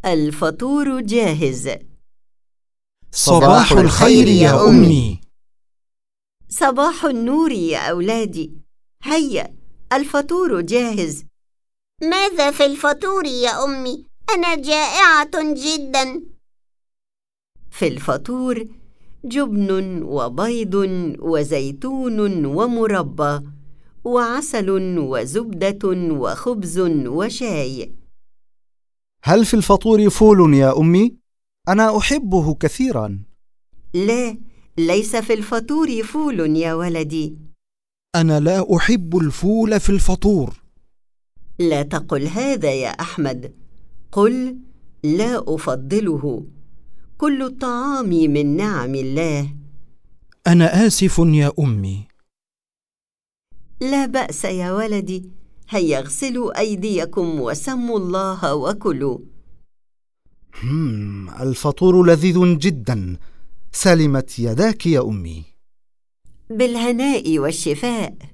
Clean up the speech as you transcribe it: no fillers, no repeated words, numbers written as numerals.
الفطور جاهز. صباح الخير يا أمي. صباح النور يا أولادي. هيا، الفطور جاهز. ماذا في الفطور يا أمي؟ أنا جائعة جدا. في الفطور جبن وبيض وزيتون ومربى وعسل وزبدة وخبز وشاي. هل في الفطور فول يا أمي؟ أنا أحبه كثيرا. لا، ليس في الفطور فول يا ولدي. أنا لا أحب الفول في الفطور. لا تقل هذا يا أحمد، قل لا أفضله. كل الطعام من نعم الله. أنا آسف يا أمي. لا بأس يا ولدي، هيا اغسلوا أيديكم وسموا الله وكلوا. الفطور لذيذ جدا. سلمت يداك يا أمي. بالهناء والشفاء.